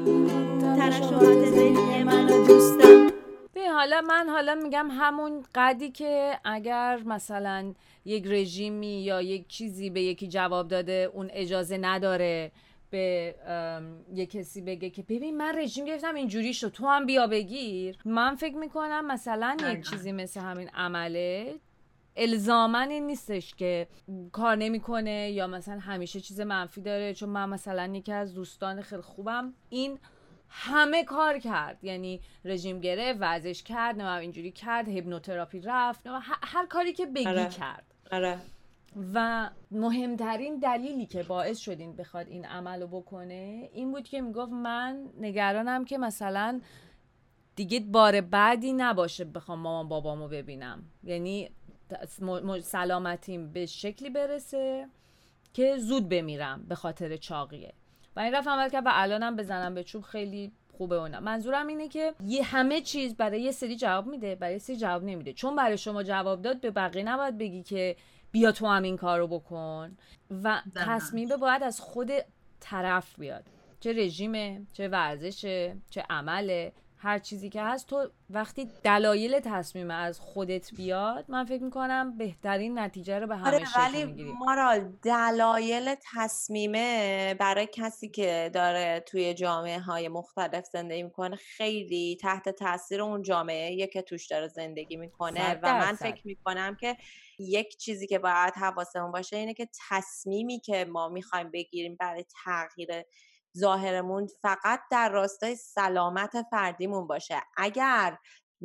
ترشحات ذهنی منو دوستم. به حالا من حالا میگم همون قدی که اگر مثلا یک رژیمی یا یک چیزی به یکی جواب داده اون اجازه نداره به یک کسی بگه که ببین من رژیم گرفتم اینجوری شد تو هم بیا بگیر. من فکر میکنم مثلا یک چیزی مثل همین عمله الزاماً این نیستش که کار نمیکنه یا مثلا همیشه چیز منفی داره. چون من مثلا یکی از دوستان خیلی خوبم این همه کار کرد، یعنی رژیم گرفت، ورزش کرد، نه اینجوری کرد، هیپنوتراپی رفت، نه هر کاری که بگی اره. کرد. اره. و مهمترین دلیلی که باعث شد این بخواد این عملو بکنه این بود که میگفت من نگرانم که مثلا دیگه بار بعدی نباشه بخوام مامان بابامو ببینم، یعنی سلامتیم به شکلی برسه که زود بمیرم به خاطر چاقیه. و این رفت عمل کرد و الانم بزنم به چوب خیلی خوبه. اونم منظورم اینه که یه همه چیز برای یه سری جواب میده، برای یه سری جواب نمیده. چون برای شما جواب داد به بقیه نباید بگی که بیا تو هم این کار رو بکن و تصمیم باید از خود طرف بیاد، چه رژیمه، چه ورزشه، چه عمله، هر چیزی که هست. تو وقتی دلایل تصمیم از خودت بیاد، من فکر میکنم بهترین نتیجه رو به همه شکل میگیری. مارال دلایل تصمیمه برای کسی که داره توی جامعه های مختلف زندگی میکنه خیلی تحت تاثیر اون جامعه یه که توش داره زندگی میکنه و من فکر میکنم که یک چیزی که باید حواسمون باشه اینه که تصمیمی که ما میخوایم بگیریم برای تغییر ظاهرمون فقط در راستای سلامت فردیمون باشه. اگر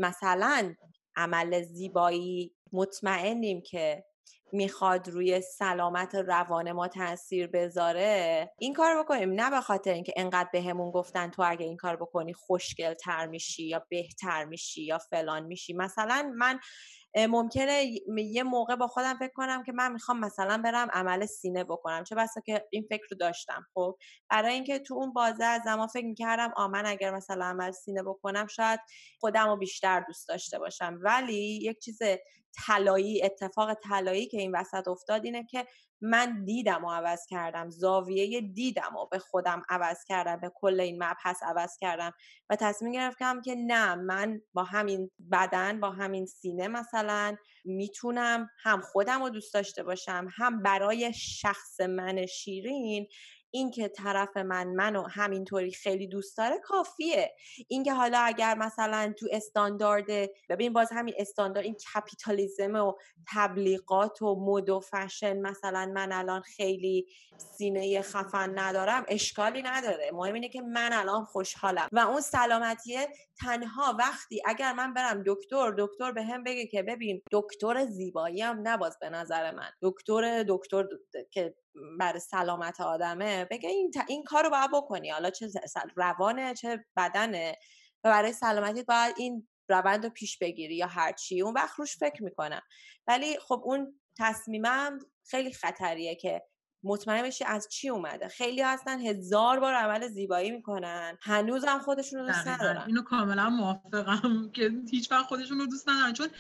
مثلا عمل زیبایی مطمئنیم که میخواد روی سلامت روان ما تاثیر بذاره، این کار بکنیم، نه به خاطر اینکه انقدر بهمون گفتن تو اگه این کار بکنی خوشگل تر میشی یا بهتر میشی یا فلان میشی. مثلا من ممکنه یه موقع با خودم فکر کنم که من میخوام مثلا برم عمل سینه بکنم، چه بسا که این فکر رو داشتم. خب برای اینکه تو اون بازه از زمان فکر میکردم آ من اگر مثلا عمل سینه بکنم شاید خودم رو بیشتر دوست داشته باشم. ولی یک چیز طلایی، اتفاق طلایی که این وسط افتاد اینه که من دیدم و عوض کردم، زاویه دیدم و به خودم عوض کردم، به کل این مبحث عوض کردم و تصمیم گرفتم که نه، من با همین بدن، با همین سینه مثلا میتونم هم خودم رو دوست داشته باشم، هم برای شخص من شیرین این که طرف من منو همینطوری خیلی دوست داره کافیه. این که حالا اگر مثلا تو استاندارد، ببین باز همین استاندارد، این کپیتالیسم و تبلیغات و مد و فشن، مثلا من الان خیلی سینه خفن ندارم، اشکالی نداره، مهم اینه که من الان خوشحالم و اون سلامتیه. تنها وقتی اگر من برم دکتر دکتر به هم بگه که ببین دکتر زیبایی هم نباز به نظر من، دکتر دکتر که برای سلامت آدمه بگه این ت... این کارو باید بکنی، حالا چه روانه چه بدنه، و برای سلامتی باید این روند رو پیش بگیری یا هر چی، اون وقت روش فکر میکنم. ولی خب اون تصمیمم خیلی خطریه که مطمئن بشی از چی اومده. خیلی هستن هزار بار عمل زیبایی میکنن هنوزم خودشون رو دوست ندارن. اینو کاملا موافقم که هیچ وقت خودشون رو دوست ندارن، چون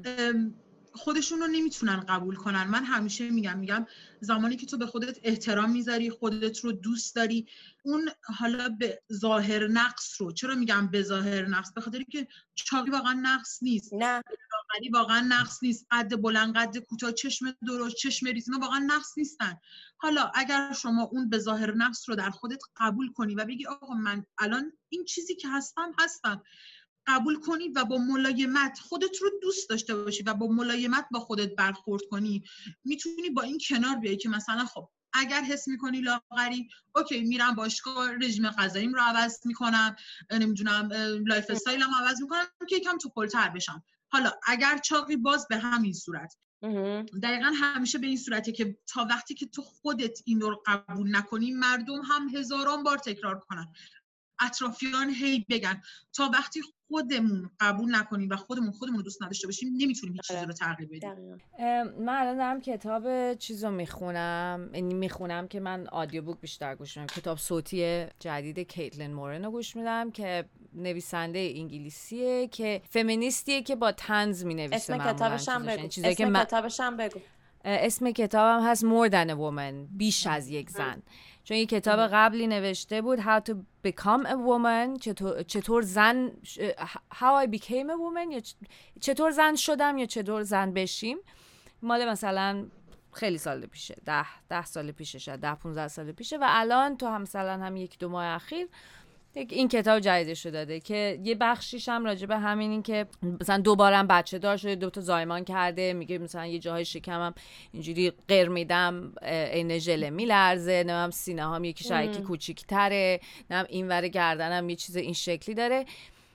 خودشون رو نمیتونن قبول کنن. من همیشه میگم میگم زمانی که تو به خودت احترام میذاری، خودت رو دوست داری، اون حالا به ظاهر نقص رو، چرا میگم به ظاهر نقص؟ به خاطر که چاقی واقعا نقص نیست، نه لاغری واقعا نقص نیست، قد بلند، قد کوتاه، چشم درشت، چشم ریز، اینا واقعا نقص نیستن. حالا اگر شما اون به ظاهر نقص رو در خودت قبول کنی و بگی آقا من الان این چیزی که هستم هستم، قبول کنی و با ملایمت خودت رو دوست داشته باشی و با ملایمت با خودت برخورد کنی، میتونی با این کنار بیای که مثلا خب اگر حس میکنی لاغری، اوکی میرم باشگاه، رژیم غذاییم رو عوض میکنم، نمیدونم لایف استایلم رو عوض میکنم که یکم توپل‌تر بشم. حالا اگر چاقی، باز به همین صورت. دقیقاً همیشه به این صورته که تا وقتی که تو خودت این رو قبول نکنی، مردم هم هزاران بار تکرار کنن، اطرافیان هی بگن، تا وقتی خودمون قبول نکنیم و خودمون خودمون رو دوست نداشته باشیم نمیتونیم هیچ چیزی رو تغییر بدیم. من الان دارم کتاب چیزو میخونم، یعنی میخونم که من آدیو بوک بیشتر گوش میدم، کتاب صوتی جدید کیتلین مورن رو گوش میدم که نویسنده انگلیسیه که فمینیستیه که با طنز مینویسه. اسم کتابش هم بگو. اسم که من... کتابش هم بگو. اسم کتابم هست More Than a Woman، بیش از یک زن. چون یه کتاب قبلی نوشته بود How to Become a Woman، چطور, چطور زن How I Became a Woman، یا چطور زن شدم یا چطور زن بشیم، مال مثلا خیلی سال پیشه، ده ده سال پیشه، شاید ده پونزده سال پیشه، و الان تو هم مثلا هم یک دو ماه اخیر این کتاب جدیدش رو داده که یه بخشیش هم راجع به همین، این که مثلا دوبارم بچه دار شده، دوتا زایمان کرده، میگه مثلا یه جاهای شکمم اینجوری قر میدم، عین ژله میلرزه، نمیدونم سینه هام یکی شایکی کوچیک‌تره، نمیدونم اینور گردنم یه چیز این شکلی داره.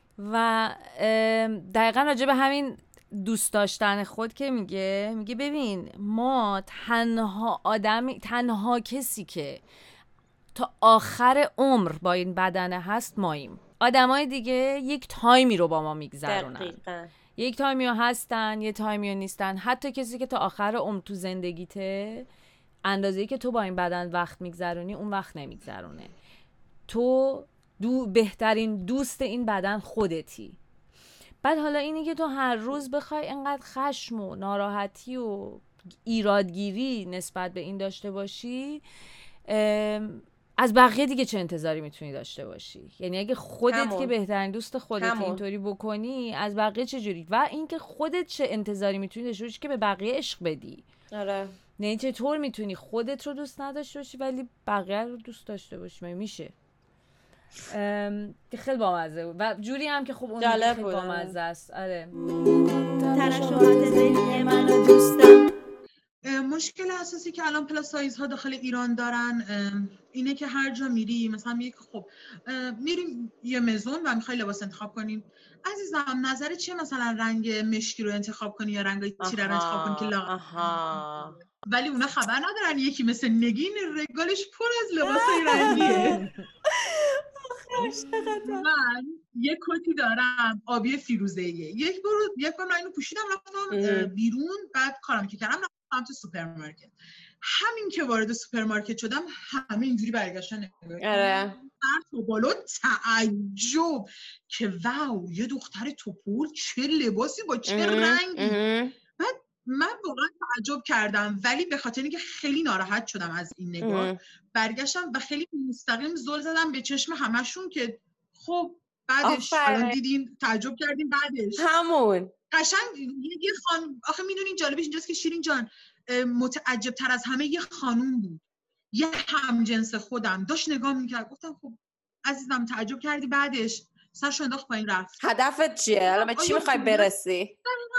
و دقیقاً راجع به همین دوست داشتن خود که میگه میگه ببین ما تنها آدمی، تنها کسی که تا آخر عمر با این بدنه هست ماییم. آدمای دیگه یک تایمی رو با ما میگذرونن، یک تایمی رو هستن، یه تایمی رو نیستن. حتی کسی که تا آخر عمر تو زندگیته، اندازه‌ای که تو با این بدن وقت میگذرونی اون وقت نمیگذرونه. تو دو بهترین دوست این بدن خودتی. بعد حالا اینی که تو هر روز بخوای انقدر خشم و ناراحتی و ایرادگیری نسبت به این داشته باشی، از بقیه دیگه چه انتظاری میتونی داشته باشی؟ یعنی اگه خودت همون. که بهترین دوست خودت همون. اینطوری بکنی، از بقیه چه جوری؟ و اینکه خودت چه انتظاری میتونی داشته باشی که به بقیه عشق بدی. آره. نه چطور میتونی خودت رو دوست نداشته باشی ولی بقیه رو دوست داشته باشی؟ من میشه. خیلی بامزه بود و جوری هم که خب اون خیلی بامزه است. آره. ترشحات ذهنی منو دوستم. مشکل اساسی که الان پلاس سایز ها داخل ایران دارن اینه که هر جا میری مثلا میگه خب میریم یه مزون و میخوای لباس انتخاب کنیم، عزیزم نظر چیه مثلا رنگ مشکی رو انتخاب کنی یا رنگ تیره رو انتخاب کنی که لاغر، ولی اونا خبر ندارن یکی مثل نگین رگالش پر از لباسای رنگیه. من یه کتی دارم آبی فیروزه‌ایه، یک بار یک بار من اینو پوشیدم رفتم بیرون، بعد کارم که کردم رفتم تو سوپرمارکت. همین که وارد سوپرمارکت شدم همه اینجوری برگشتن آره تو بالا تعجب که واو یه دختر توپول چه لباسی با چه رنگی. بعد من واقعا تعجب کردم ولی به خاطر اینکه خیلی ناراحت شدم از این نگاه برگشتم و خیلی مستقیم زل زدم به چشم همشون که خب بعدش الان دیدین تعجب کردیم بعدش همون قشنگ یه خانم. آخه میدونین جالبش اینجاست که شیرین جان متعجب تر از همه یه خانوم بود، یه همجنس خودم داشت نگاه میکرد. گفتم خب عزیزم تعجب کردی بعدش سرشو انداخت پایین رفت. هدفت چیه؟ الان به چی میخوای برسی؟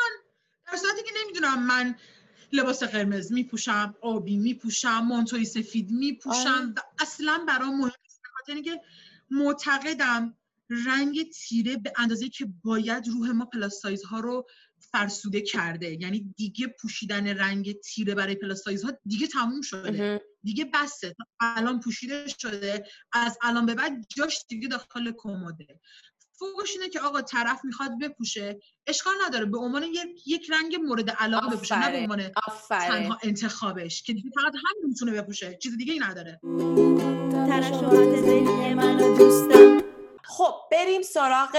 در صورتی که نمیدونم من لباس قرمز میپوشم، آبی میپوشم، مانتوی سفید میپوشم و اصلا برام مهم نیست، بخاطر اینکه معتقدم رنگ تیره به اندازه‌ای که باید روح ما پلاس سایز ها رو فرسوده کرده. یعنی دیگه پوشیدن رنگ تیره برای پلاس سایز ها دیگه تموم شده، دیگه بسه، الان پوشیده شده، از الان به بعد جاش دیگه داخل کموده. فوقش اینه که آقا طرف میخواد بپوشه اشکال نداره به عنوان یک یک رنگ مورد علاقه بپوشه، نه به عنوان تنها انتخابش که دیگه فقط همین میتونه بپوشه، چیز دیگه ای نداره. ترشحات ذهنی منو دوستم. خب بریم سراغ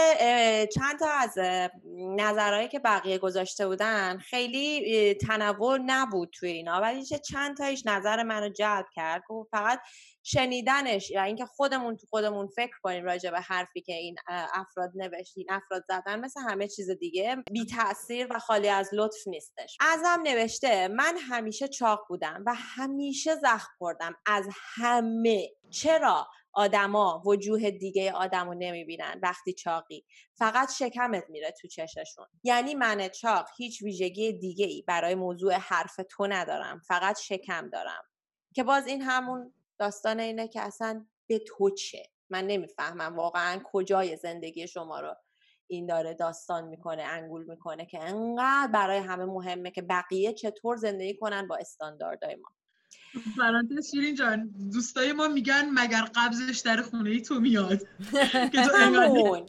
چند تا از نظرهایی که بقیه گذاشته بودن. خیلی تنوع نبود توی اینا ولی چند تایش نظر منو جلب کرد و فقط شنیدنش یا اینکه خودمون تو خودمون فکر کنیم راجع به حرفی که این افراد نوشتین افراد زدن مثل همه چیز دیگه بی تأثیر و خالی از لطف نیستش. ازم نوشته من همیشه چاق بودم و همیشه زخم خوردم از همه. چرا آدما وجوه دیگه آدمو نمیبینن وقتی چاقی؟ فقط شکمت میره تو چششون. یعنی من چاق هیچ ویژگی دیگه ای برای موضوع حرف تو ندارم، فقط شکم دارم. که باز این همون داستان اینه که اصلا به تو چه؟ من نمیفهمم واقعا کجای زندگی شما رو این داره داستان میکنه، انگول میکنه که انقدر برای همه مهمه که بقیه چطور زندگی کنن با استانداردهای ما. پرانتز شیرین جان دوستای ما میگن مگر قبضش در خونه ای تو میاد که تو انقدر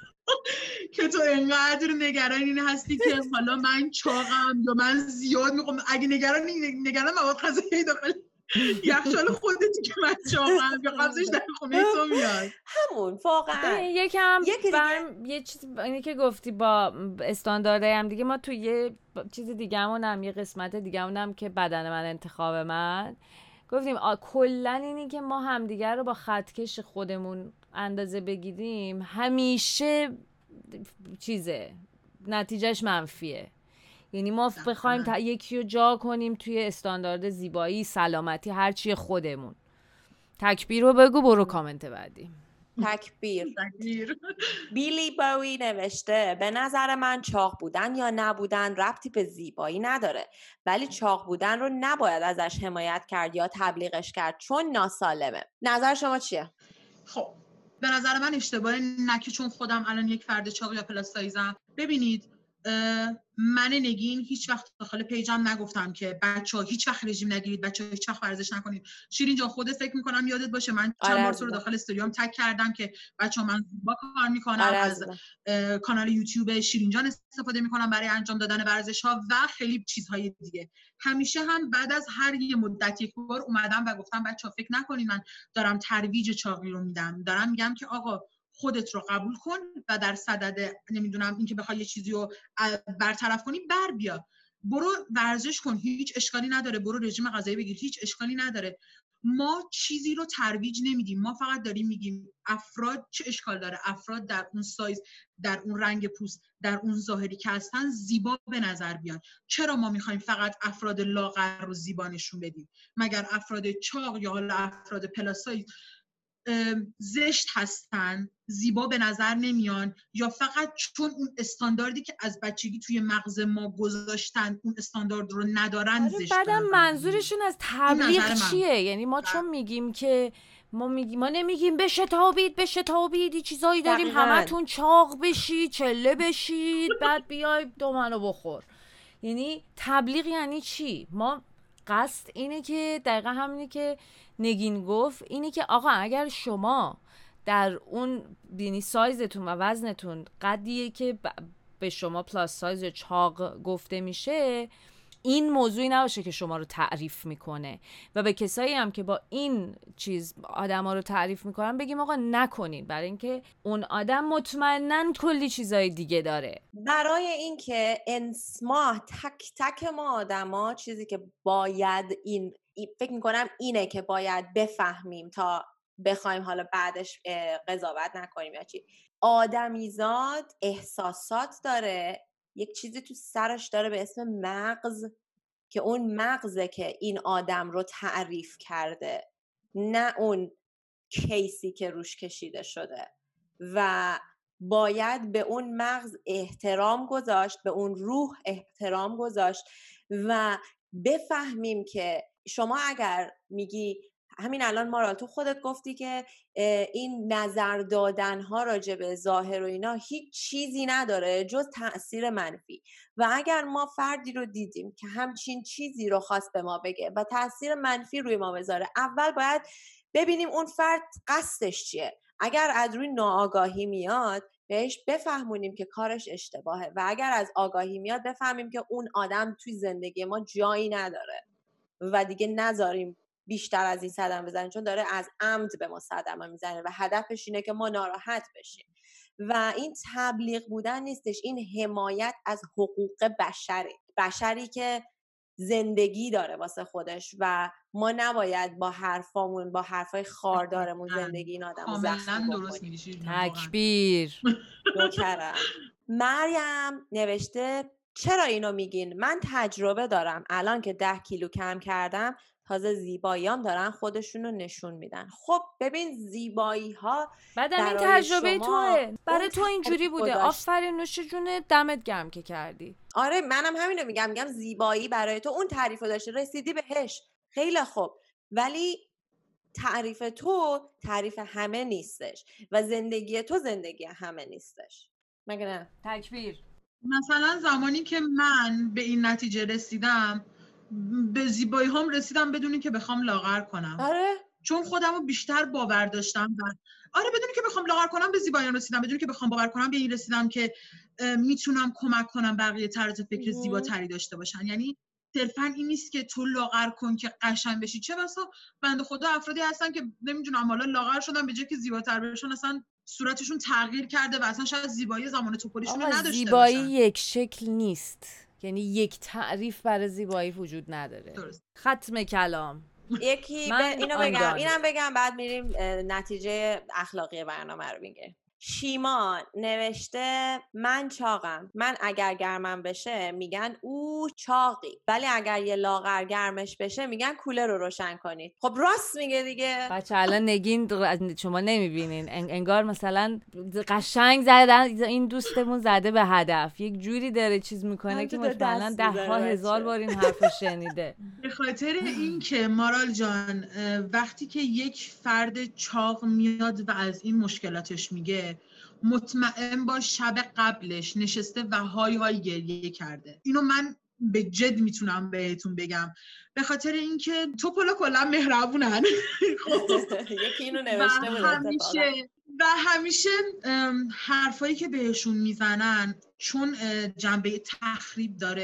که تو انقدر نگران این هستی که حالا من چاقم یا من زیاد میخوام. اگه نگران نگران مواد غذایی داخل یخچال خودتی که من چاقم یا قبضش در خونه تو میاد. همون واقعا یکم برم یه چیز اینی که گفتی با استانداردهای هم دیگه ما تو یه چیز دیگه‌مونم یه قسمت دیگه‌مونم که بدن من انتخاب من گفتیم کلا اینی که ما همدیگر رو با خطکش خودمون اندازه بگیریم همیشه چیزه نتیجهش منفیه. یعنی ما بخوایم تا یکی رو جا کنیم توی استاندارد زیبایی سلامتی هر چی خودمون. تکبیر رو بگو برو کامنت بعدی. تکبیر. بیلی باوی نوشته به نظر من چاق بودن یا نبودن ربطی به زیبایی نداره ولی چاق بودن رو نباید ازش حمایت کرد یا تبلیغش کرد چون ناسالمه. نظر شما چیه؟ خب به نظر من اشتباهه، نه که چون خودم الان یک فرد چاق یا پلاس سایزم. ببینید من نگین هیچ وقت داخل پیجم نگفتم که بچه‌ها هیچ وقت رژیم نگیرید، بچه‌ها هیچ وقت ورزش نکنید. شیرین جان خودت فکر می‌کنم یادت باشه من چند بار تو رو داخل استوریام تگ کردم که بچه‌ها من زومبا کار می‌کنم، از کانال یوتیوب شیرین جان استفاده می‌کنم برای انجام دادن ورزش‌ها و خیلی چیزهای دیگه. همیشه هم بعد از هر یه مدت یک بار اومدم و گفتم بچه‌ها فکر نکنید من دارم ترویج چاقی رو میدم، دارم میگم که آقا خودت رو قبول کن و در صدد نمیدونم اینکه بخوای یه چیزی رو برطرف کنی بر بیا. برو ورزش کن، هیچ اشکالی نداره، برو رژیم غذایی بگیر، هیچ اشکالی نداره. ما چیزی رو ترویج نمیدیم، ما فقط داریم میگیم افراد چه اشکال داره، افراد در اون سایز، در اون رنگ پوست، در اون ظاهری که هستن زیبا به نظر بیان. چرا ما میخوایم فقط افراد لاغر رو زیبا نشون بدیم؟ مگر افراد چاق یا حالا افراد پلاسایز زشت هستن، زیبا به نظر نمیان، یا فقط چون اون استانداردی که از بچگی توی مغز ما گذاشتن اون استاندارد رو ندارن زشت؟ بعدم منظورشون از تبلیغ چیه؟ یعنی ما چون میگیم که ما میگیم ما نمیگیم بشتابید بشتابید چیزایی داریم همتون چاق بشید چله بشید بعد بیای دو منو بخور. یعنی تبلیغ یعنی چی؟ ما قصد اینه که دقیقا همینه که نگین گفت، اینه که آقا اگر شما در اون یعنی سایزتون و وزنتون قدیه که به شما پلاس سایز یا چاق گفته میشه، این موضوعی نباشه که شما رو تعریف میکنه و به کسایی هم که با این چیز آدما رو تعریف میکنن بگیم آقا نکنین، برای اینکه اون آدم مطمئناً کلی چیزای دیگه داره. برای اینکه انسما تک تک ما آدما چیزی که باید این فکر میکنم اینه که باید بفهمیم تا بخوایم حالا بعدش قضاوت نکنیم یا چی. آدمیزاد احساسات داره، یک چیزی تو سرش داره به اسم مغز که اون مغزه که این آدم رو تعریف کرده، نه اون کیسی که روش کشیده شده. و باید به اون مغز احترام گذاشت، به اون روح احترام گذاشت و بفهمیم که شما اگر میگی همین الان مارال تو خودت گفتی که این نظر دادن ها راجع به ظاهر و اینا هیچ چیزی نداره جز تأثیر منفی، و اگر ما فردی رو دیدیم که همچین چیزی رو خواست به ما بگه و تأثیر منفی روی ما بذاره، اول باید ببینیم اون فرد قصدش چیه. اگر از روی ناآگاهی میاد بهش بفهمونیم که کارش اشتباهه، و اگر از آگاهی میاد بفهمیم که اون آدم توی زندگی ما جایی نداره و دیگه نذاریم بیشتر از این صدمه بزنه، چون داره از عمد به ما صدمه میزنه و هدفش اینه که ما ناراحت بشیم. و این تبلیغ بودن نیستش، این حمایت از حقوق بشری، بشری که زندگی داره واسه خودش و ما نباید با حرفامون با حرفای خاردارمون زندگی این آدمو زخمی بکنیم. تکبیر. نوکرم. مریم نوشته چرا اینو میگین؟ من تجربه دارم، الان که ده کیلو کم کردم تازه زیباییام دارن خودشونو نشون میدن. خب ببین زیبایی ها بعدم این تجربه توه، برای تو اینجوری بوده. آفرین، نوش جونه، دمت گرم که کردی. آره منم همینو میگم، میگم زیبایی برای تو اون تعریفو داشته، رسیدی بهش، خیلی خوب، ولی تعریف تو تعریف همه نیستش و زندگی تو زندگی همه نیستش، مگه نه؟ تکبیر. مثلا زمانی که من به این نتیجه رسیدم، به زیبایی هم رسیدم بدونی که بخوام لاغر کنم. آره چون خودمو بیشتر باور داشتم و آره بدونی که بخوام لاغر کنم به زیبایی رسیدم، بدونی که بخوام باور کنم به این رسیدم که میتونم کمک کنم بقیه طرز فکر زیباتری داشته باشن. یعنی صرفا این نیست که تو لاغر کن که قشنگ بشی. چه بسا بنده خدا افرادی هستن که نمیدونم حالا لاغر شدن به جای که زیباتر بشن اصلا صورتشون تغییر کرده و اصلا شاید زیبایی زمان توپلیشون رو نداشته زیبایی باشن. یک شکل نیست، یعنی یک تعریف برای زیبایی وجود نداره. درست. ختم کلام. یکی ب... اینو بگم اینم بگم بعد میریم نتیجه اخلاقی برنامه رو میگه. شیما نوشته من چاقم، من اگر گرمم بشه میگن او چاقی، ولی اگر یه لاغر گرمش بشه میگن کولر رو روشن کنید. خب راست میگه دیگه. بچه الان نگین شما نمیبینین، انگار مثلا قشنگ زدن این دوستمون زده به هدف، یک جوری داره چیز میکنه که مطمئنا ده ها هزار بار این حرفو شنیده. به خاطر این که مارال جان وقتی که یک فرد چاق میاد و از این مشکلاتش میگه، مطمئن باش شب قبلش نشسته و های های گریه کرده. اینو من به جد میتونم بهتون بگم، به خاطر اینکه توپلا کلا مهربونن. یکی اینو نوشته بود همیشه و همیشه حرفایی که بهشون میزنن چون جنبه تخریب داره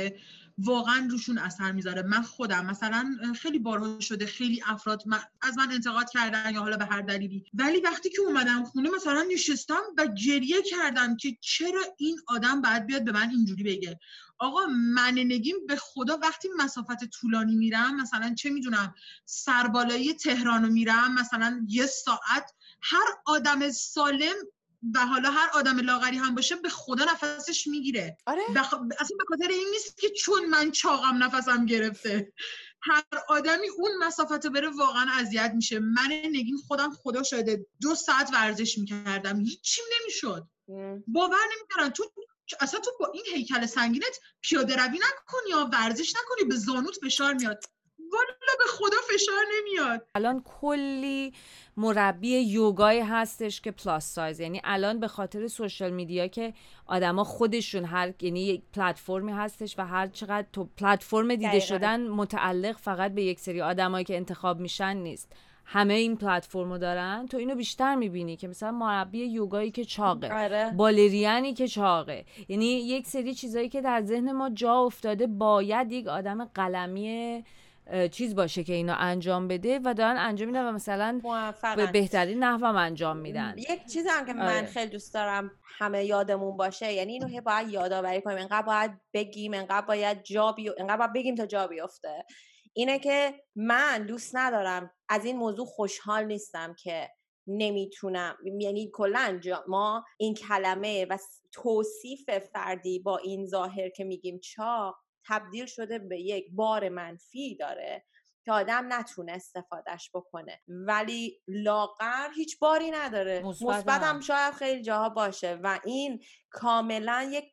واقعا روشون اثر میذاره. من خودم مثلا خیلی بارها شده خیلی افراد من از من انتقاد کردن یا حالا به هر دلیلی، ولی وقتی که اومدم خونه مثلا نشستم و گریه کردم که چرا این آدم باید بیاد به من اینجوری بگه. آقا من نگیم به خدا وقتی مسافت طولانی میرم، مثلا چه میدونم سربالایی تهرانو میرم مثلا یه ساعت، هر آدم سالم و حالا هر آدم لاغری هم باشه به خدا نفسش میگیره. آره. بخ... اصلا به خاطر این نیست که چون من چاقم نفسم گرفته. هر آدمی اون مسافت رو بره واقعا اذیت میشه. من نگیم خودم خدا شاهده دو ساعت ورزش میکردم هیچیم نمیشد. باور نمیکردم تو اصلا تو با این هیکل سنگینت پیاده روی نکنی یا ورزش نکنی به زانوت فشار میاد. والا به خدا فشار نمیاد. الان کلی مربی یوگای هستش که پلاس سایز، یعنی الان به خاطر سوشال میدیا که آدما خودشون هر یعنی یک پلتفرمی هستش و هر چقدر تو پلتفرم دیده دقیقا. شدن متعلق فقط به یک سری آدمایی که انتخاب میشن نیست، همه این پلتفرمو دارن. تو اینو بیشتر میبینی که مثلا مربی یوگایی که چاقه، آره. بالرینی که چاقه، یعنی یک سری چیزایی که در ذهن ما جا افتاده باید یک آدم قلمی چیز باشه که اینو انجام بده و دارن انجام میدن و مثلا به بهترین نحو هم انجام میدن. یک چیزی هم که من خیلی دوست دارم همه یادمون باشه، یعنی اینو هی باید یادآوری کنیم، اینقدر باید بگیم، اینقدر باید جا بی... اینقدر باید بگیم تا جا بیفته، اینه که من دوست ندارم، از این موضوع خوشحال نیستم که نمیتونم، یعنی کلا ما این کلمه و توصیف فردی با این ظاهر که میگیم چاق تبدیل شده به یک بار منفی داره که آدم نتونه استفادهش بکنه، ولی لاغر هیچ باری نداره، مثبت هم شاید خیلی جاها باشه و این کاملا یک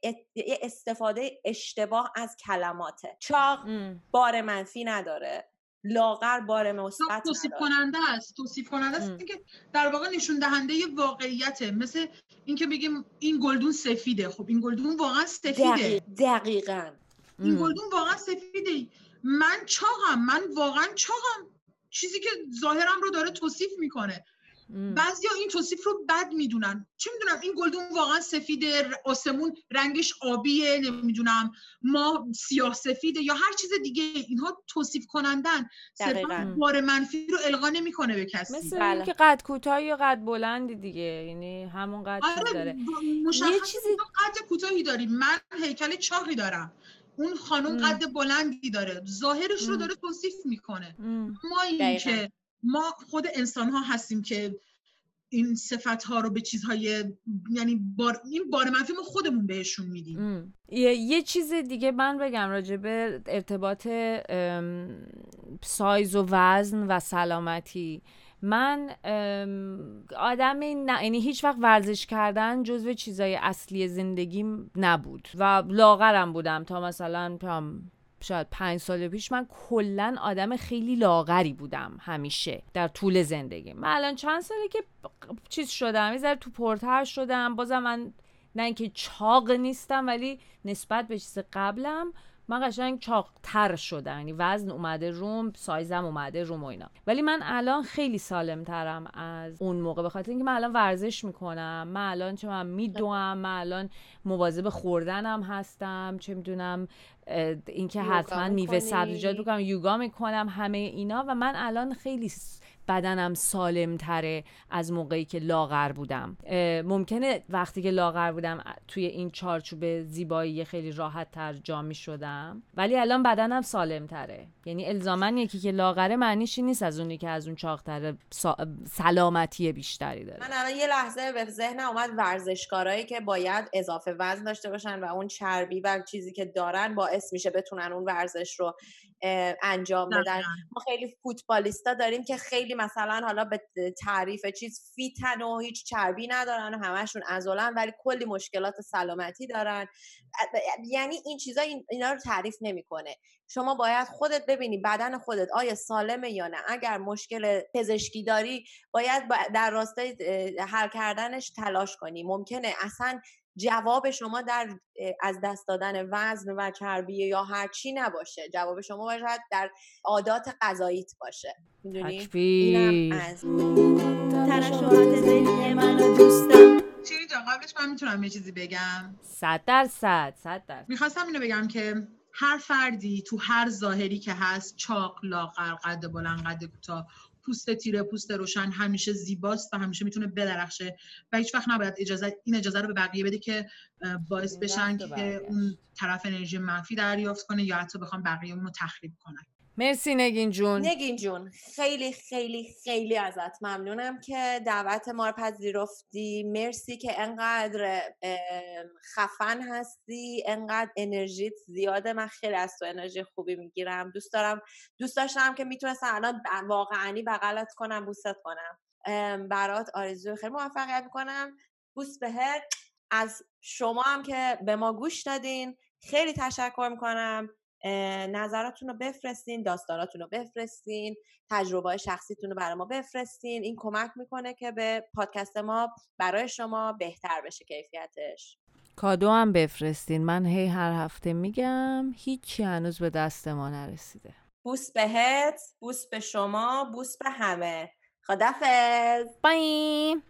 استفاده اشتباه از کلماته. چاق بار منفی نداره، لاغر بار مثبت نداره. توصیف کننده است، توصیف کننده است که در واقع نشون دهنده واقعیته. مثل اینکه بگیم این گلدون سفیده، خب این گلدون واقعا سفیده. دقیق. دقیقاً این گلدون واقعا سفیده. من چاقم، من واقعا چاقم، چیزی که ظاهرم رو داره توصیف میکنه. بعضیا این توصیف رو بد میدونن. چه میدونم این گلدون واقعا سفیده، آسمون رنگش آبیه، نمیدونم ما سیاه سفیده یا هر چیز دیگه. اینها توصیف کنندن، صرفا بار منفی رو القا نمیکنه به کسی. مثل بله. که قد کوتاهی یا قد بلندی دیگه، یعنی همون قد آره داره. یه چیزی قد کوتاهی داری، من هیکل چاقی دارم، اون خانم ام. قد بلندی داره، ظاهرش ام. رو داره توصیف میکنه. ام. ما این که ما خود انسان ها هستیم که این صفت ها رو به چیزهای یعنی بار این بار منفی ما خودمون بهشون میدیم. یه،, یه چیز دیگه من بگم راجع به ارتباط سایز و وزن و سلامتی. من آدم نه، یعنی هیچ وقت ورزش کردن جزو چیزای اصلی زندگیم نبود و لاغرم بودم تا مثلا تا شاید پنج سال پیش. من کلن آدم خیلی لاغری بودم همیشه در طول زندگی. من الان چند ساله که چیز شدم، یه ذره تو پرتر شدم. بازم من نه اینکه چاق نیستم ولی نسبت به چیز قبلم من قشنگ چاق‌تر شدم، یعنی وزن اومده روم، سایزم اومده روم و اینا. ولی من الان خیلی سالم ترم از اون موقع، به خاطر اینکه من الان ورزش میکنم، من الان چه من میدوام، من الان مواظب خوردنم هستم، چه میدونم اینکه حتما میوه سبزیجات بکنم، یوگا میکنم، همه اینا. و من الان خیلی بدنم سالم تره از موقعی که لاغر بودم. ممکنه وقتی که لاغر بودم توی این چارچوب زیبایی خیلی راحت تر جا می شدم، ولی الان بدنم سالم تره. یعنی الزاماً یکی که لاغره معنیش نیست از اونی که از اون چاق تره سا... سلامتی بیشتری داره. من الان یه لحظه به ذهنم اومد ورزشکارایی که باید اضافه وزن داشته باشن و اون چربی و چیزی که دارن باعث میشه بتونن اون ورزش رو انجام بدن. ما خیلی فوتبالیستا داریم که خیلی مثلا حالا به تعریف چیز فیتن و هیچ چربی ندارن و همشون عضلن ولی کلی مشکلات سلامتی دارن. یعنی این چیزا اینا رو تعریف نمیکنه. شما باید خودت ببینی بدن خودت آیا سالمه یا نه. اگر مشکل پزشکی داری باید در راستای حل کردنش تلاش کنی. ممکنه اصلا جواب شما در از دست دادن وزن و چربی یا هر چی نباشه، جواب شما باید در عادات غذاییت باشه. میدونی؟ اینم از ترشحات ذهنی منو دوستم. شیرین جان قبلش من میتونم یه چیزی بگم؟ صد درصد صد درصد میخواستم اینو بگم که هر فردی تو هر ظاهری که هست، چاق، لاغر، قد بلند، قد کوتاه، پوست تیره، پوست روشن، همیشه زیباست و همیشه میتونه بدرخشه و هیچ وقت نباید اجازه این اجازه رو به بقیه بده که باعث بشن که اون طرف انرژی منفی دریافت کنه یا حتی بخوام بقیه اون رو تخریب کنن. مرسی نگین جون. نگین جون خیلی خیلی خیلی ازت ممنونم که دعوت ما رو پذیرفتی. مرسی که انقدر خفن هستی، انقدر انرژیت زیاده. من خیلی از تو انرژی خوبی میگیرم. دوست دارم دوست داشتم که میتونستم الان واقعا بغلت کنم، بوست کنم. برات آرزوی خیلی موفقیت میکنم. بوست بهت. از شما هم که به ما گوش دادین خیلی تشکر میکنم. نظراتون رو بفرستین، داستاناتون رو بفرستین، تجربه شخصیتون رو برای ما بفرستین. این کمک میکنه که به پادکست ما برای شما بهتر بشه کیفیتش. کادو هم بفرستین. من هی هر هفته میگم هیچی هنوز به دست ما نرسیده. بوس بهت، بوس به شما، بوس به همه. خدافظ. بای.